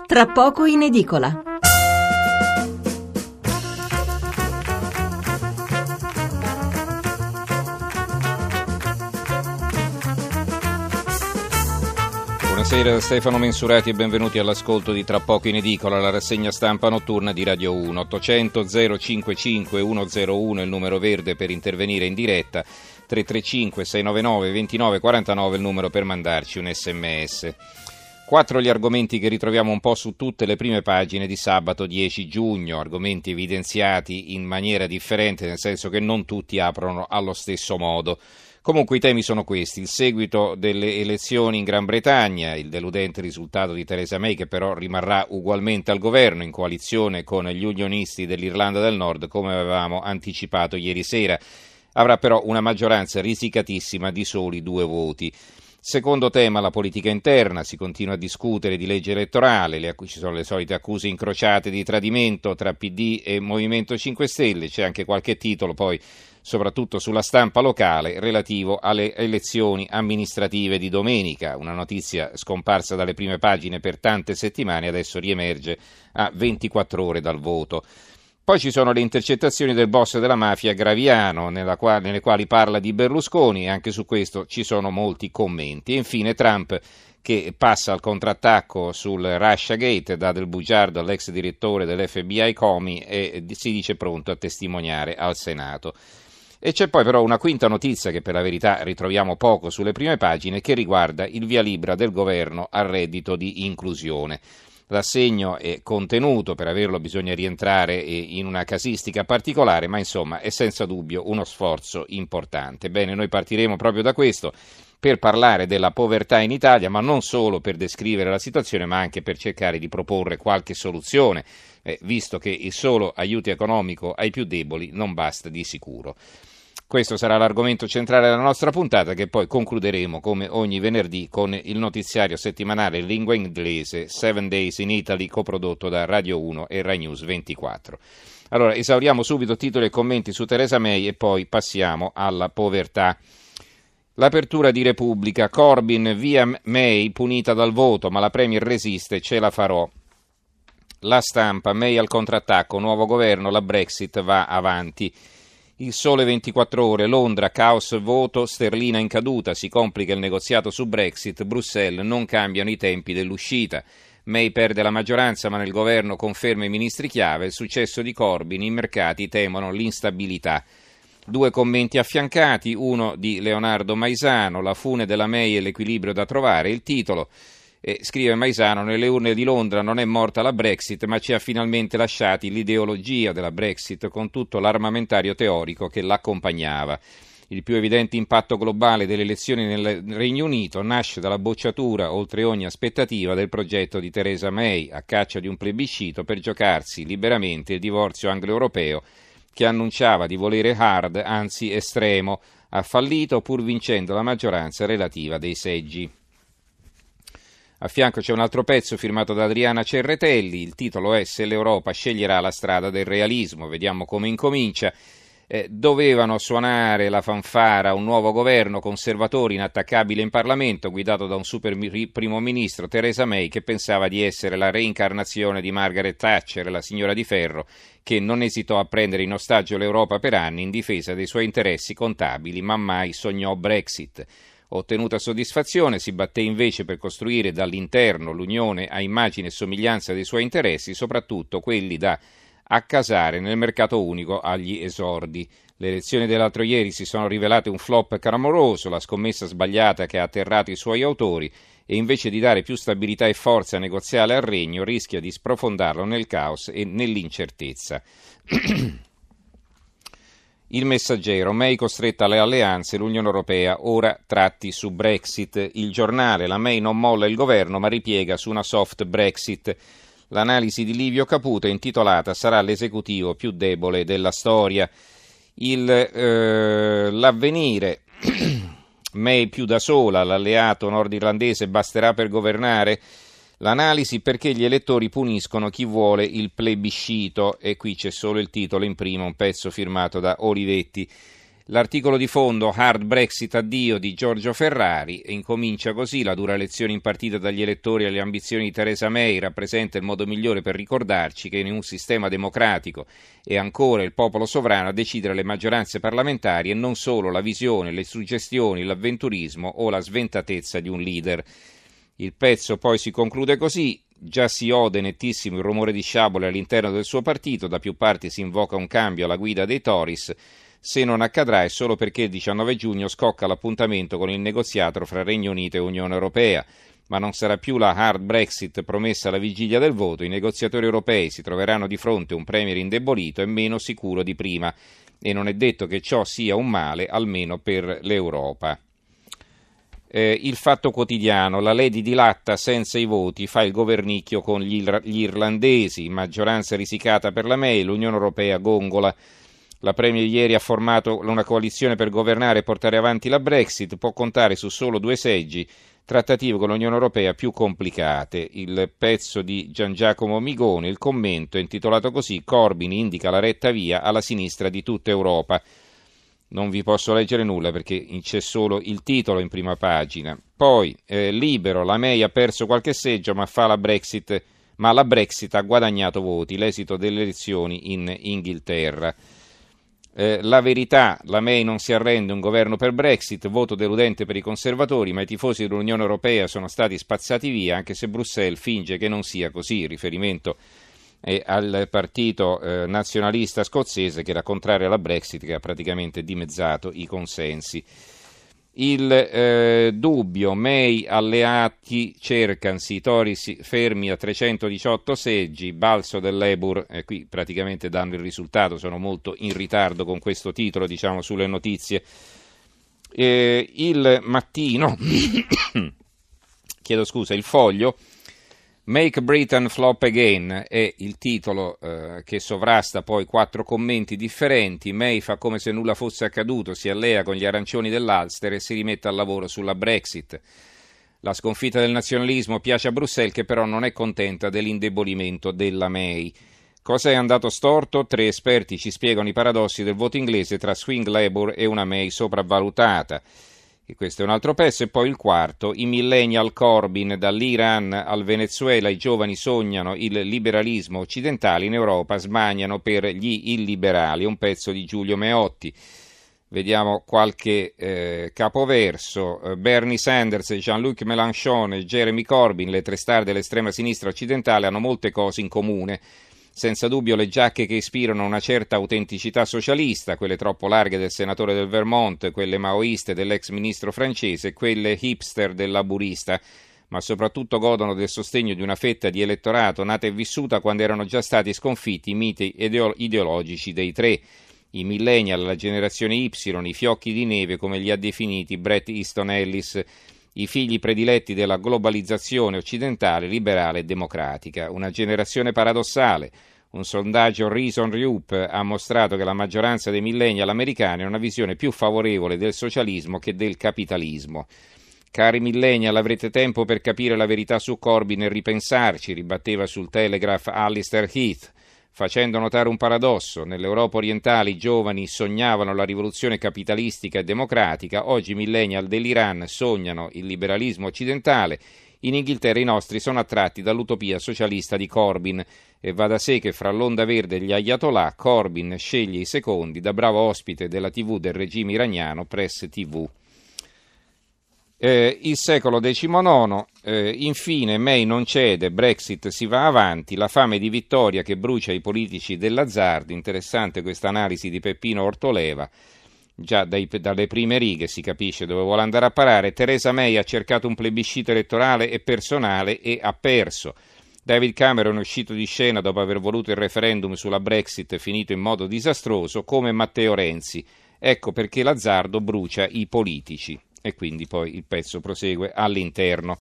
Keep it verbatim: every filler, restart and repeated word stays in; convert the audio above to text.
Tra poco in edicola. Buonasera da Stefano Mensurati e benvenuti all'ascolto di Tra poco in edicola, la rassegna stampa notturna di Radio uno. ottocento zero cinquantacinque centouno è il numero verde per intervenire in diretta, tre tre cinque sei nove nove due nove quattro nove è il numero per mandarci un sms. Quattro gli argomenti che ritroviamo un po' su tutte le prime pagine di sabato dieci giugno, argomenti evidenziati in maniera differente, nel senso che non tutti aprono allo stesso modo. Comunque i temi sono questi: il seguito delle elezioni in Gran Bretagna, il deludente risultato di Theresa May, che però rimarrà ugualmente al governo in coalizione con gli unionisti dell'Irlanda del Nord, come avevamo anticipato ieri sera. Avrà però una maggioranza risicatissima di soli due voti. Secondo tema, la politica interna, si continua a discutere di legge elettorale, le, ci sono le solite accuse incrociate di tradimento tra P D e Movimento cinque Stelle, c'è anche qualche titolo poi, soprattutto sulla stampa locale, relativo alle elezioni amministrative di domenica, una notizia scomparsa dalle prime pagine per tante settimane, adesso riemerge a ventiquattro ore dal voto. Poi ci sono le intercettazioni del boss della mafia Graviano, nella quale, nelle quali parla di Berlusconi, e anche su questo ci sono molti commenti. E infine Trump, che passa al contrattacco sul Russiagate, dà del bugiardo all'ex direttore dell'F B I Comey e si dice pronto a testimoniare al Senato. E c'è poi però una quinta notizia che per la verità ritroviamo poco sulle prime pagine, che riguarda il via libera del governo al reddito di inclusione. L'assegno è contenuto, per averlo bisogna rientrare in una casistica particolare, ma insomma è senza dubbio uno sforzo importante. Bene, noi partiremo proprio da questo per parlare della povertà in Italia, ma non solo per descrivere la situazione, ma anche per cercare di proporre qualche soluzione, eh, visto che il solo aiuto economico ai più deboli non basta di sicuro. Questo sarà l'argomento centrale della nostra puntata, che poi concluderemo come ogni venerdì con il notiziario settimanale in lingua inglese Seven Days in Italy, coprodotto da Radio uno e Rai News ventiquattro. Allora, esauriamo subito titoli e commenti su Theresa May e poi passiamo alla povertà. L'apertura di Repubblica: Corbyn, via May, punita dal voto, ma la Premier resiste, ce la farò. La Stampa: May al contrattacco, nuovo governo, la Brexit va avanti. Il Sole ventiquattro Ore, Londra, caos voto, sterlina in caduta, si complica il negoziato su Brexit, Bruxelles, non cambiano i tempi dell'uscita. May perde la maggioranza ma nel governo conferma i ministri chiave, il successo di Corbyn, i mercati temono l'instabilità. Due commenti affiancati, uno di Leonardo Maisano, la fune della May e l'equilibrio da trovare, il titolo. E scrive Maisano: nelle urne di Londra non è morta la Brexit, ma ci ha finalmente lasciati l'ideologia della Brexit con tutto l'armamentario teorico che l'accompagnava. Il più evidente impatto globale delle elezioni nel Regno Unito nasce dalla bocciatura, oltre ogni aspettativa, del progetto di Theresa May, a caccia di un plebiscito per giocarsi liberamente il divorzio anglo-europeo, che annunciava di volere hard, anzi estremo. Ha fallito pur vincendo la maggioranza relativa dei seggi. A fianco c'è un altro pezzo firmato da Adriana Cerretelli, il titolo è Se l'Europa sceglierà la strada del realismo, vediamo come incomincia. Eh, dovevano suonare la fanfara un nuovo governo conservatore inattaccabile in Parlamento, guidato da un super primo ministro, Theresa May, che pensava di essere la reincarnazione di Margaret Thatcher, la signora di ferro, che non esitò a prendere in ostaggio l'Europa per anni in difesa dei suoi interessi contabili, ma mai sognò Brexit. Ottenuta soddisfazione, si batté invece per costruire dall'interno l'Unione a immagine e somiglianza dei suoi interessi, soprattutto quelli da accasare nel mercato unico agli esordi. Le elezioni dell'altro ieri si sono rivelate un flop clamoroso, la scommessa sbagliata che ha atterrato i suoi autori, e invece di dare più stabilità e forza negoziale al Regno rischia di sprofondarlo nel caos e nell'incertezza. Il Messaggero: May costretta alle alleanze, l'Unione Europea ora tratti su Brexit. Il Giornale: la May non molla il governo ma ripiega su una soft Brexit. L'analisi di Livio Caputo è intitolata Sarà l'esecutivo più debole della storia. Il, eh, l'Avvenire: May più da sola, l'alleato nordirlandese basterà per governare? L'analisi: perché gli elettori puniscono chi vuole il plebiscito, e qui c'è solo il titolo in prima, un pezzo firmato da Olivetti. L'articolo di fondo Hard Brexit addio di Giorgio Ferrari e incomincia così: la dura lezione impartita dagli elettori alle ambizioni di Theresa May rappresenta il modo migliore per ricordarci che in un sistema democratico è ancora il popolo sovrano a decidere le maggioranze parlamentari e non solo la visione, le suggestioni, l'avventurismo o la sventatezza di un leader. Il pezzo poi si conclude così: già si ode nettissimo il rumore di sciabole all'interno del suo partito, da più parti si invoca un cambio alla guida dei Tories. Se non accadrà è solo perché il diciannove giugno scocca l'appuntamento con il negoziato fra Regno Unito e Unione Europea, ma non sarà più la hard Brexit promessa alla vigilia del voto. I negoziatori europei si troveranno di fronte a un premier indebolito e meno sicuro di prima, e non è detto che ciò sia un male, almeno per l'Europa. Eh, il Fatto Quotidiano: la Lady dilatta senza i voti, fa il governicchio con gli, ir- gli irlandesi, maggioranza risicata per la May, l'Unione Europea gongola. La Premier ieri ha formato una coalizione per governare e portare avanti la Brexit, può contare su solo due seggi, trattative con l'Unione Europea più complicate. Il pezzo di Gian Giacomo Migone, il commento è intitolato così: Corbyn indica la retta via alla sinistra di tutta Europa. Non vi posso leggere nulla perché c'è solo il titolo in prima pagina. Poi, eh, Libero: la May ha perso qualche seggio ma fa la Brexit, ma la Brexit ha guadagnato voti, l'esito delle elezioni in Inghilterra. Eh, la Verità: la May non si arrende, un governo per Brexit, voto deludente per i conservatori, ma i tifosi dell'Unione Europea sono stati spazzati via, anche se Bruxelles finge che non sia così. Riferimento eh, al partito eh, nazionalista scozzese, che era contrario alla Brexit, che ha praticamente dimezzato i consensi. Il eh, dubbio: May alleati cercansi, i Tories fermi a trecentodiciotto seggi, balzo del Labour, e eh, qui praticamente danno il risultato, sono molto in ritardo con questo titolo, diciamo, sulle notizie. Eh, il Mattino, chiedo scusa, il Foglio: Make Britain Flop Again è il titolo eh, che sovrasta poi quattro commenti differenti. May fa come se nulla fosse accaduto, si allea con gli arancioni dell'Ulster e si rimette al lavoro sulla Brexit. La sconfitta del nazionalismo piace a Bruxelles, che però non è contenta dell'indebolimento della May. Cosa è andato storto? Tre esperti ci spiegano i paradossi del voto inglese tra swing Labour e una May sopravvalutata. E questo è un altro pezzo. E poi il quarto: i millennial Corbyn, dall'Iran al Venezuela i giovani sognano il liberalismo occidentale, in Europa smaniano per gli illiberali, un pezzo di Giulio Meotti. Vediamo qualche eh, capoverso. Bernie Sanders, Jean-Luc Mélenchon e Jeremy Corbyn, le tre star dell'estrema sinistra occidentale, hanno molte cose in comune. Senza dubbio le giacche che ispirano una certa autenticità socialista, quelle troppo larghe del senatore del Vermont, quelle maoiste dell'ex ministro francese, quelle hipster del laburista, ma soprattutto godono del sostegno di una fetta di elettorato nata e vissuta quando erano già stati sconfitti i miti ideologici dei tre. I millennial, la generazione Y, i fiocchi di neve, come li ha definiti Bret Easton Ellis, i figli prediletti della globalizzazione occidentale, liberale e democratica. Una generazione paradossale. Un sondaggio Reason Youth ha mostrato che la maggioranza dei millennial americani ha una visione più favorevole del socialismo che del capitalismo. Cari millennial, avrete tempo per capire la verità su Corbyn e ripensarci, ribatteva sul Telegraph Alistair Heath, facendo notare un paradosso. Nell'Europa orientale i giovani sognavano la rivoluzione capitalistica e democratica, oggi i millennial dell'Iran sognano il liberalismo occidentale, in Inghilterra i nostri sono attratti dall'utopia socialista di Corbyn, e va da sé che fra l'onda verde e gli ayatollah Corbyn sceglie i secondi, da bravo ospite della tivù del regime iraniano Press tivù. Eh, il secolo diciannove, eh, infine May non cede, Brexit si va avanti, la fame di vittoria che brucia i politici dell'azzardo. Interessante questa analisi di Peppino Ortoleva, già dai, dalle prime righe si capisce dove vuole andare a parare. Theresa May ha cercato un plebiscito elettorale e personale e ha perso. David Cameron è uscito di scena dopo aver voluto il referendum sulla Brexit finito in modo disastroso, come Matteo Renzi. Ecco perché l'azzardo brucia i politici. E quindi poi il pezzo prosegue all'interno.